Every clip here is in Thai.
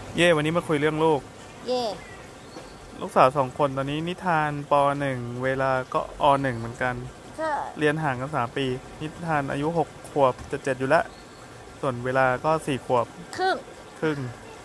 เย่วันนี้มาคุยเรื่องลูกเย่ลูกสาว2 คนตอนนี้นิทานป.1เวลาก็อ.1เหมือนกันก็เรียนห่างกัน3 ปีนิทานอายุ6 ขวบจะ7อยู่แล้วส่วนเวลาก็4 ขวบครึ่งครึ่ง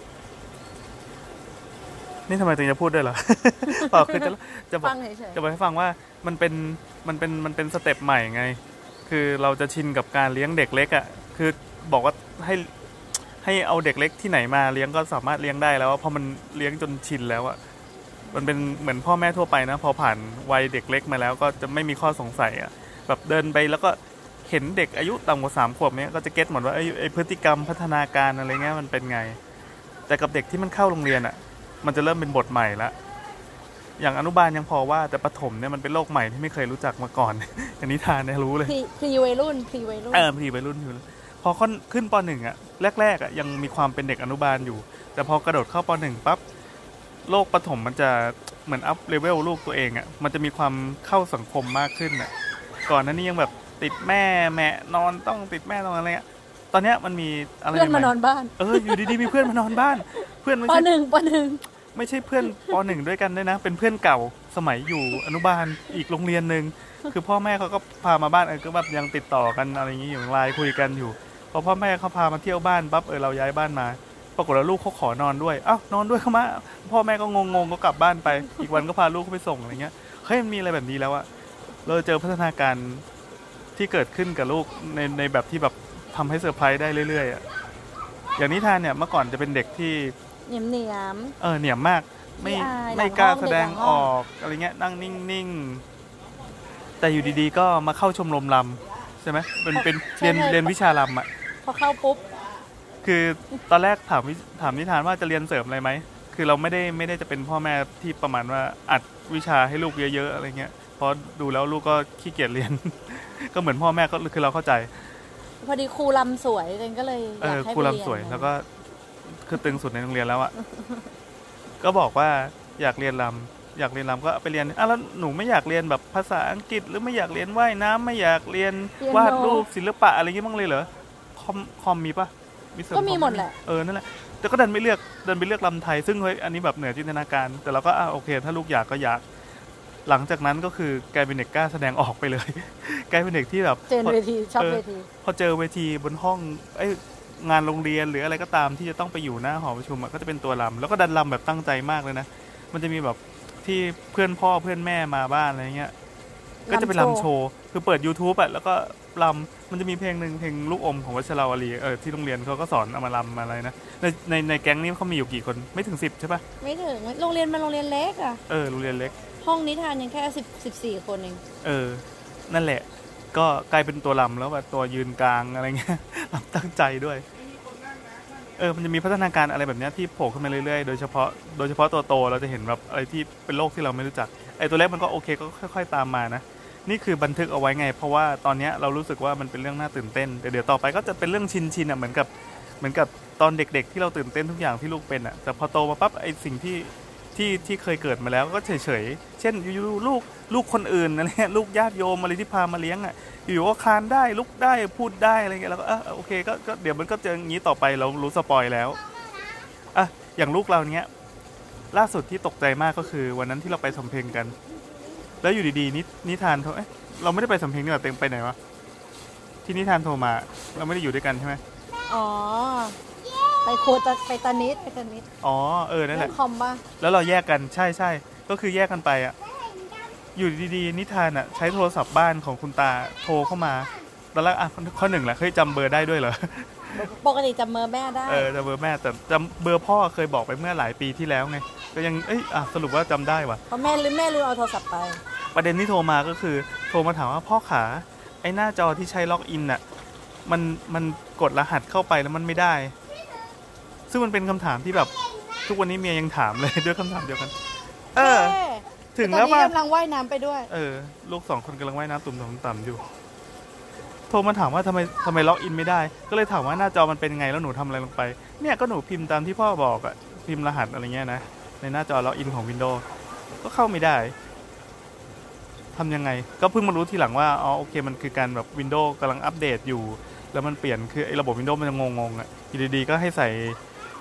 นี่ทำไมถึงจะพูดด้วยเหรอ เปล่าคือจะบอกฟังเฉยจะบอกให้ฟังว่ามันเป็นมันเป็นสเต็ปใหม่ไงคือเราจะชินกับการเลี้ยงเด็กเล็กอ่ะคือบอกว่าให้เอาเด็กเล็กที่ไหนมาเลี้ยงก็สามารถเลี้ยงได้แล้วเพราะมันเลี้ยงจนชินแล้วอ่ะ มันเป็นเหมือนพ่อแม่ทั่วไปนะพอผ่านวัยเด็กเล็กมาแล้วก็จะไม่มีข้อสงสัยอ่ะแบบเดินไปแล้วก็เห็นเด็กอายุต่ำกว่า3 ขวบเนี้ยก็จะเก็ตหมดว่าไอ้พฤติกรรมพัฒนาการอะไรเงี้ยมันเป็นไงแต่กับเด็กที่มันเข้าโรงเรียนอ่ะมันจะเริ่มเป็นบทใหม่ละอย่างอนุบาลยังพอว่าแต่ประถมเนี่ยมันเป็นโลกใหม่ที่ไม่เคยรู้จักมาก่อนอย่างนิทานเนี่ยรู้เลยพรีวัยรุ่นพรีวัยรุ่นพอดีวัยรุ่นอยู่พอขึ้นป.1อ่ะแรกๆอ่ะยังมีความเป็นเด็กอนุบาลอยู่แต่พอกระโดดเข้าป.1ปั๊บ โลกประถมมันจะเหมือนอัพเลเวลลูกตัวเองอ่ะมันจะมีความเข้าสังคมมากขึ้นอ่ะก่อนหน้านี้ยังแบบติดแม่นอนต้องติดแม่ตองอะไรเงี้ยตอนเนี้ยมันมีอะไรเพื่อนมาใหม่นอนบ้านๆอยู่ดีๆมีเพื่อนมานอนบ้านเพื่อนไม่ปใช่หนึ่งปหนึ่งไม่ใช่เพื่อนป.1ด้วยกันด้วยนะเป็นเพื่อนเก่าสมัยอยู่อนุบาลอีกโรงเรียนหนึ่งคือพ่อแม่เขาก็พามาบ้านก็แบบยังติดต่อกันอะไรอย่างงี้อยู่ไลน์คุยกันอยู่พอพ่อแม่เขาพามาเที่ยวบ้านปั๊บเราย้ายบ้านมาปรากฏว่าลูกเขาขอนอนด้วยอ้าวนอนด้วยเขามาพ่อแม่ก็งงก็กลับบ้านไปอีกวันก็พาลูกเขาไปส่งอะไรเงี้ยเฮ้ยมันมีอะไรแบบนี้แล้วอะเราเจอพัฒนาการที่เกิดขึ้นกับลูกในแบบที่แบบทำให้เซอร์ไพรส์ได้เรื่อยๆอะอย่างนิทานเนี่ยเมื่อก่อนจะเป็นเด็กที่เหนียมเหนียมเหนียมมากไม่พี่อายหไม่ลังห้องกล้าแสดงอเด็กหลังห้องอกอะไรเงี้ยนั่งนิ่งๆแต่อยู่ดีๆก็มาเข้าชมรมรำใช่ไหมเป็นใช่ใช่เรียนวิชารำอะพอเข้าปุ๊บคือตอนแรกถามนิทานว่าจะเรียนเสริมอะไรไหมคือเราไม่ได้จะเป็นพ่อแม่ที่ประมาณว่าอัดวิชาให้ลูกเยอะๆอะไรเงี้ยเพราะดูแล้วลูกก็ขี้เกียจเรียนก็เหมือนพ่อแม่ก็คือเราเข้าใจพอดีครูลำสวยเองก็เลยอยากให้ครูรำไปเรียนนะสวยแล้วก็คือตึงสุดในโรงเรียนแล้วอะก็บอกว่าอยากเรียนรำอยากเรียนรำก็ไปเรียนแล้วหนูไม่อยากเรียนแบบภาษาอังกฤษหรือไม่อยากเรียนว่ายน้ำไม่อยากเรียนเปียโนวาดรูปศิลปะอะไรเงี้ยบ้างเลยเหรอคอมมีปะมีเสริก็มคอมไม่มีมีหมดแหละนั่นแหละแต่ก็ดันไปเลือกลำไทยซึ่งเฮ้ยอันนี้แบบเหนือจินตนาการแต่เราก็โอเคถ้าลูกอยากก็อยากหลังจากนั้นก็คือกลายเป็นเด็กกล้าแสดงออกไปเลยกลายเป็นเด็กที่แบบเจนพอเวทีชอบเออเวทีพอเจอเวทีบนห้องงานโรงเรียนหรืออะไรก็ตามที่จะต้องไปอยู่หน้าหอประชุมก็จะเป็นตัวลำแล้วก็ดันลำแบบตั้งใจมากเลยนะมันจะมีแบบที่เพื่อนพ่อเพื่อนแม่มาบ้านอะไรเงี้ยก็จะเป็นลำโชว์ลำโชว์คือเปิด YouTube แล้วก็ลำมันจะมีเพลงหนึ่งเพลงลูกอมของวัชราวลีที่โรงเรียนเขาก็สอนเอามาลำมาอะไรนะในแก๊งนี้เขามีอยู่กี่คนไม่ถึง10ใช่ปะไม่ถึงโรงเรียนมันโรงเรียนเล็กอะโรงเรียนเล็กห้องนิทานยังแค่14คนเองเออนั่นแหละก็กลายเป็นตัวลำแล้วแบบตัวยืนกลางอะไรเงี้ยลำตั้งใจด้วยมันจะมีพัฒนาการอะไรแบบนี้ที่โผล่ขึ้นมาเรื่อยๆโดยเฉพาะตัวโตเราจะเห็นแบบอะไรที่เป็นโลกที่เราไม่รู้จักตัวเล็กมันก็โอเคก็ค่อยๆตามมานะนี่คือบันทึกเอาไว้ไงเพราะว่าตอนนี้เรารู้สึกว่ามันเป็นเรื่องน่าตื่นเต้นแต่เดี๋ยวต่อไปก็จะเป็นเรื่องชินๆเหมือนกับตอนเด็กๆที่เราตื่นเต้นทุกอย่างที่ลูกเป็นแต่พอโตมาปั๊บไอ้สิ่งที่เคยเกิดมาแล้วก็เฉยๆเช่นอยู่ๆลูกคนอื่นอะไรเงี้ยลูกญาติโยมอะไรที่พามาเลี้ยงอยู่ก็คลานได้ลุกได้พูดได้อะไรเงี้ยแล้วก็โอเคก็เดี๋ยวมันก็เจออย่างนี้ต่อไปเรารู้สปอยแล้วอย่างลูกเราเนี้ยล่าสุดที่ตกใจมากก็คือวันนั้นที่เราไปสำเพ็งกันแล้วอยู่ดีๆนิทานโทรเราไม่ได้ไปสำเพ็งนี่หว่าเต็งไปไหนวะที่นิทานโทรมาเราไม่ได้อยู่ด้วยกันใช่ไหมอ๋อไปโคตไปตานิดไปตานิดอ๋อนั่นแหละเรื่องคอมบ้าแล้วเราแยกกันใช่ก็คือแยกกันไปอยู่ดีๆนิทานใช้โทรศัพท์บ้านของคุณตาโทรเข้ามาตอนแรกข้อหนึ่งแหละเคยจำเบอร์ได้ด้วยเหรอปกติจำเบอร์แม่ได้จำเบอร์แม่แต่จำเบอร์พ่อเคยบอกไปเมื่อหลายปีที่แล้วไงก็ยังสรุปว่าจำได้ว่ะเพราะแม่ลืมเอาโทรศัพท์ไปประเด็นที่โทรมาก็คือโทรมาถามว่าพ่อขาไอ้หน้าจอที่ใช้ล็อกอินมันกดรหัสเข้าไปแล้วมันไม่ได้ซึ่งมันเป็นคำถามที่แบบทุกวันนี้เมียยังถามเลยด้วยคำถามเดียวกันเออถึงแล้วป่ะตอนนี้กำลังว่ายน้ำไปด้วยลูก2 คนกำลังว่ายน้ำตุ่มต่ำๆอยู่โทรมาถามว่าทำไมล็อกอินไม่ได้ก็เลยถามว่าหน้าจอมันเป็นไงแล้วหนูทำอะไรลงไปเนี่ยก็หนูพิมพ์ตามที่พ่อบอกพิมพ์รหัสอะไรเงี้ยนะในหน้าจอล็อกอินของ Windows ก็เข้าไม่ได้ทำยังไงก็เพิ่งมารู้ทีหลังว่าโอเคมันคือการแบบ Windows กำลังอัปเดตอยู่แล้วมันเปลี่ยนคือไอ้ระบบ Windows มันจะงงๆอยู่ดีๆก็ให้ใส่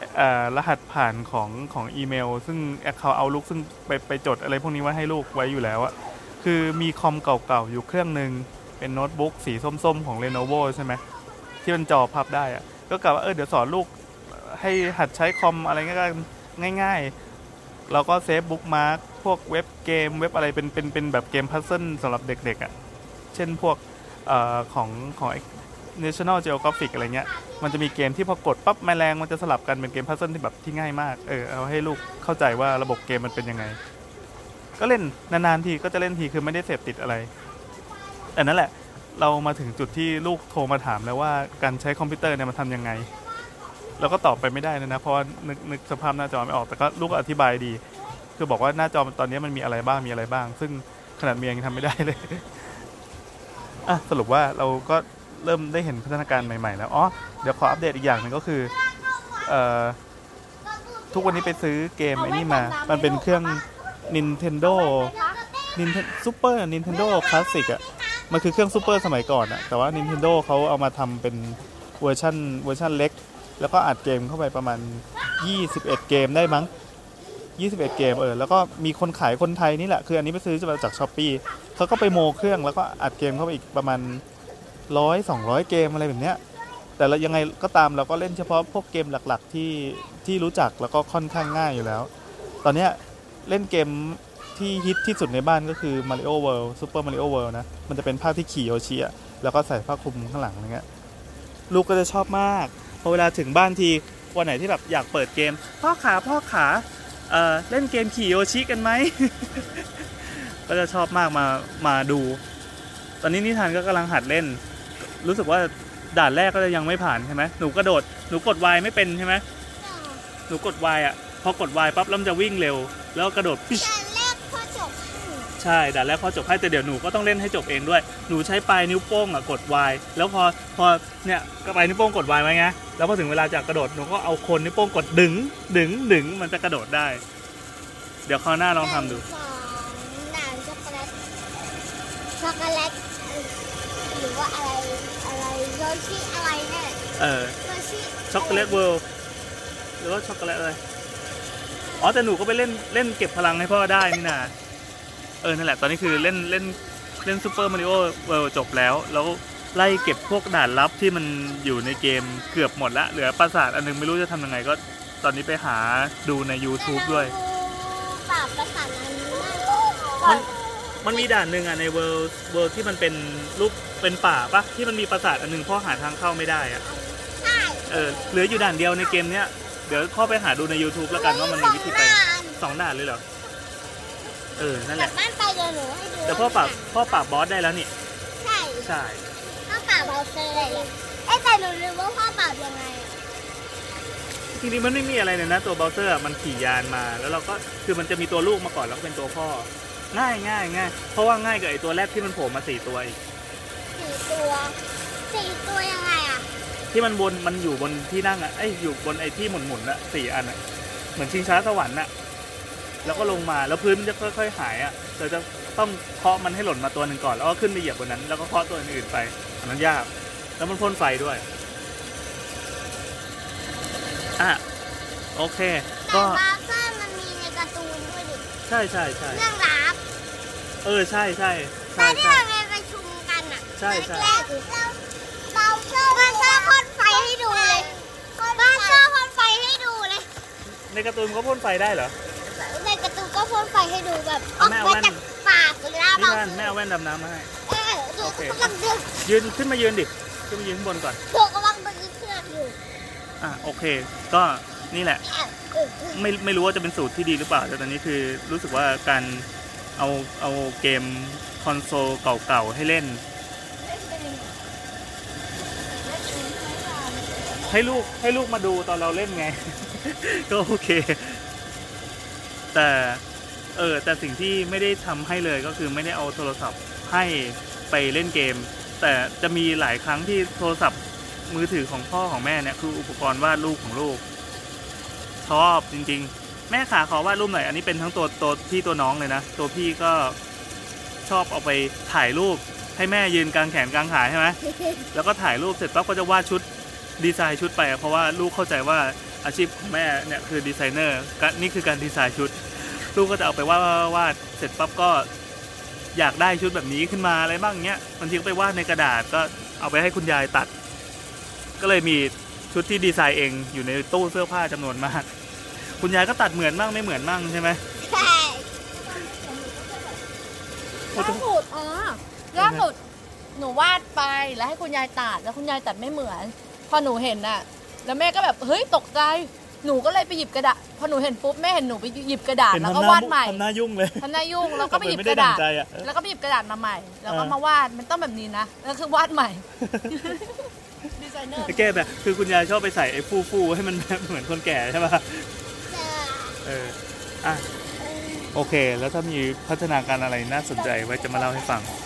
รหัสผ่านของอีเมลซึ่ง Account Outlook ซึ่งไปจดอะไรพวกนี้ไว้ให้ลูกไว้อยู่แล้วอะคือมีคอมเก่าๆอยู่เครื่องหนึ่งเป็นโน้ตบุ๊กสีส้มๆของ Lenovo ใช่ไหมที่มันจอพับได้อะก็กะว่าเดี๋ยวสอนลูกให้หัดใช้คอมอะไรง่ายๆเราก็เซฟบุ๊กมาร์กพวกเว็บเกมเว็บอะไรเป็นแบบเกมพัซเซิลสำหรับเด็กๆอะเช่นพวกของ National Geographic อะไรเงี้ยมันจะมีเกมที่พอกดปั๊บแมลงมันจะสลับกันเป็นเกมพัซเซิลที่แบบที่ง่ายมากเอาให้ลูกเข้าใจว่าระบบเกมมันเป็นยังไงก็เล่นนานๆทีก็จะเล่นทีคือไม่ได้เสพติดอะไรแต่นั่นแหละเรามาถึงจุดที่ลูกโทรมาถามแล้วว่าการใช้คอมพิวเตอร์เนี่ยมันทำยังไงเราก็ตอบไปไม่ได้นะเพราะว่านึกสภาพหน้าจอไม่ออกแต่ก็ลูกก็อธิบายดีคือบอกว่าหน้าจอตอนนี้มันมีอะไรบ้างซึ่งขนาดเมียยังทำไม่ได้เลยสรุปว่าเราก็เริ่มได้เห็นพัฒนาการใหม่ๆแล้วเดี๋ยวขออัปเดตอีกอย่างหนึ่งก็คือทุกวันนี้ไปซื้อเกมไอ้นี่มามันเป็นเครื่อง Nintendo Super Nintendo Classic อ่ะมันคือเครื่องซูเปอร์สมัยก่อนอ่ะแต่ว่า Nintendo เขาเอามาทำเป็นเวอร์ชันเล็กแล้วก็อัดเกมเข้าไปประมาณ21เกมได้มั้ง21เกมแล้วก็มีคนขายคนไทยนี่แหละคืออันนี้ไปซื้อจาก Shopee เขาก็ไปโมเครื่องแล้วก็อัดเกมเข้าไปอีกประมาณ100-200 เกมอะไรแบบเนี้ยแต่เรายังไงก็ตามเราก็เล่นเฉพาะพวกเกมหลักๆที่รู้จักแล้วก็ค่อนข้างง่ายอยู่แล้วตอนเนี้ยเล่นเกมที่ฮิตที่สุดในบ้านก็คือ Mario World Super Mario World นะมันจะเป็นภาคที่ขี่โยชิอะแล้วก็ใส่ผ้าคลุมข้างหลังอะไรเงี้ยลูกก็จะชอบมากพอเวลาถึงบ้านทีวันไหนที่แบบอยากเปิดเกมพ่อขาเล่นเกมขี่โยชิกันไหม ก็จะชอบมากมาดูตอนนี้นิทานก็กำลังหัดเล่นรู้สึกว่าด่านแรกก็จะยังไม่ผ่านใช่ไหมหนูกด Y ไม่เป็นใช่ไหมหนูกด Y อ่ะพอกด Y ปั๊บแล้วมันจะวิ่งเร็วแล้วกระโดดปิ๊ชด่านแรกพ่อจบใช่ด่านแรกพ่อจบให้แต่เดี๋ยวหนูก็ต้องเล่นให้จบเองด้วยหนูใช้ปลายนิ้วโป้งอ่ะกด Y แล้วพอเนี่ยก็ปลายนิ้วโป้งกด Y ไว้ไงแล้วพอถึงเวลาจะกระโดดหนูก็เอาคนนิ้วโป้งกดดึงมันจะกระโดดได้เดี๋ยวคราวหน้าลองทำดูด่านช็อกโกแลตหรือว่าอะไรโยชิอะไรเนี่ยโยชิช็อกโกแลตเวิลด์หรือว่าช็อกโกแลตอะไรแต่หนูก็ไปเล่นเก็บพลังให้พ่อได้นี่นะนั่นแหละตอนนี้คือเล่นซูเปอร์มาริโอเวิลด์จบแล้วไล่เก็บพวกด่านลับที่มันอยู่ในเกมเกือบหมดละเหลือปราสาทอันนึงไม่รู้จะทำยังไงก็ตอนนี้ไปหาดูใน YouTube ด้วยปราบปราสาทนั้นมันมีด่านหนึ่งอ่ะในเวิลด์ที่มันเป็นรูปเป็นป่าปะที่มันมีปราสาทอันนึงพ่อหาทางเข้าไม่ได้อ่ะใช่เหลืออยู่ด่านเดียวในเกมเนี้ยเดี๋ยวพ่อไปหาดูใน YouTube แล้วกันว่ามันมีวิธีไป2 ด่านเลยเหรอนั่นแหละบ้านไปเดี๋ยวหนูให้ดูแต่พ่อปราบบอสได้แล้วนี่ใช่พ่อปราบบอสได้เลยแต่หนูลืมว่าพ่อปราบยังไงจริงๆมันไม่มีอะไรเลยนะตัวเบลเซอร์มันขี่ยานมาแล้วเราก็คือมันจะมีตัวลูกมาก่อนแล้วเป็นตัวพ่อง่ายเพราะว่าง่ายกับไอตัวแรกที่มันโผล่มา4 ตัวอีก 4 ตัวยังไงอ่ะที่มันอยู่บนที่นั่งอ่ะอยู่บนไอที่หมุนอ่ะ4 อันอ่ะเหมือนชิงช้าสวรรค์อ่ะแล้วก็ลงมาแล้วพื้นมันจะค่อยๆหายอ่ะเราจะต้องเคาะมันให้หล่นมาตัวหนึ่งก่อนแล้วก็ขึ้นไปเหยียบบนนั้นแล้วก็เคาะตัวอื่นไปอันนั้นยากแล้วมันพ่นไฟด้วยโอเคก็บาซ่ามันมีในการ์ตูนด้วยดิใช่เรื่องลับใช่แต่ที่เราไปประชุมกันอ่ะใช่แรกบาซ่าพ่นไฟให้ดูเลยบาซ่าพ่นไฟให้ดูเลยในการ์ตูนก็พ่นไฟได้เหรอในการ์ตูนก็พ่นไฟให้ดูแบบออกมาจากปากเลยนะบาซ่าแม่เอาแว่นดำน้ำมาให้โอเคขึ้นมายืนข้างบนก่อนตัวกำลังดึงเชือกอยู่โอเคก็นี่แหละไม่รู้ว่าจะเป็นสูตรที่ดีหรือเปล่าแต่ตอนนี้คือรู้สึกว่าการเอาเกมคอนโซลเก่าๆให้เล่นให้ลูกมาดูตอนเราเล่นไง ก็โอเคแต่สิ่งที่ไม่ได้ทำให้เลยก็คือไม่ได้เอาโทรศัพท์ให้ไปเล่นเกมแต่จะมีหลายครั้งที่โทรศัพท์มือถือของพ่อของแม่เนี่ยคืออุปกรณ์วาดรูปของลูกชอบจริงๆแม่ขาขอวาดรูปหน่อยอันนี้เป็นทั้งตัวพี่ตัวน้องเลยนะตัวพี่ก็ชอบเอาไปถ่ายรูปให้แม่ยืนกลางแขนกลางขาใช่ไหมแล้วก็ถ่ายรูปเสร็จปั๊บก็จะวาดชุดดีไซน์ชุดไปเพราะว่าลูกเข้าใจว่าอาชีพของแม่เนี่ยคือดีไซเนอร์นี่คือการดีไซน์ชุดลูกก็จะเอาไปวาดเสร็จปั๊บก็อยากได้ชุดแบบนี้ขึ้นมาอะไรบ้างเงี้ยบางทีก็ไปวาดในกระดาษก็เอาไปให้คุณยายตัดก็เลยมีชุดที่ดีไซน์เองอยู่ในตู้เสื้อผ้าจำนวนมากคุณยายก็ตัดเหมือนบ้างไม่เหมือนบ้างใช่ไหมใช่ล่าสุดล่าสุดหนูวาดไปแล้วให้คุณยายตัดแล้วคุณยายตัดไม่เหมือนพอหนูเห็นน่ะแล้วแม่ก็แบบเฮ้ยตกใจหนูก็เลยไปหยิบกระดาษพอหนูเห็นปุ๊บแม่เห็นหนูไปหยิบกระดาษแล้วก็วาดใหม่ทำหน้ายุ่งเลยทำหน้ายุ่งแล้วก็ไปหยิบกระดาษแล้วก็ไปหยิบกระดาษมาใหม่แล้วก็มาวาดมันต้องแบบนี้นะแล้วคือวาดใหม่ดีไซเนอร์แก้แบบคือคุณยายชอบไปใส่ไอ้ฟูให้มันแบบเหมือนคนแก่ใช่ป่ะ อ่ะโอเคแล้วถ้ามีพัฒนาการอะไรน่าสนใจไว้จะมาเล่าให้ฟัง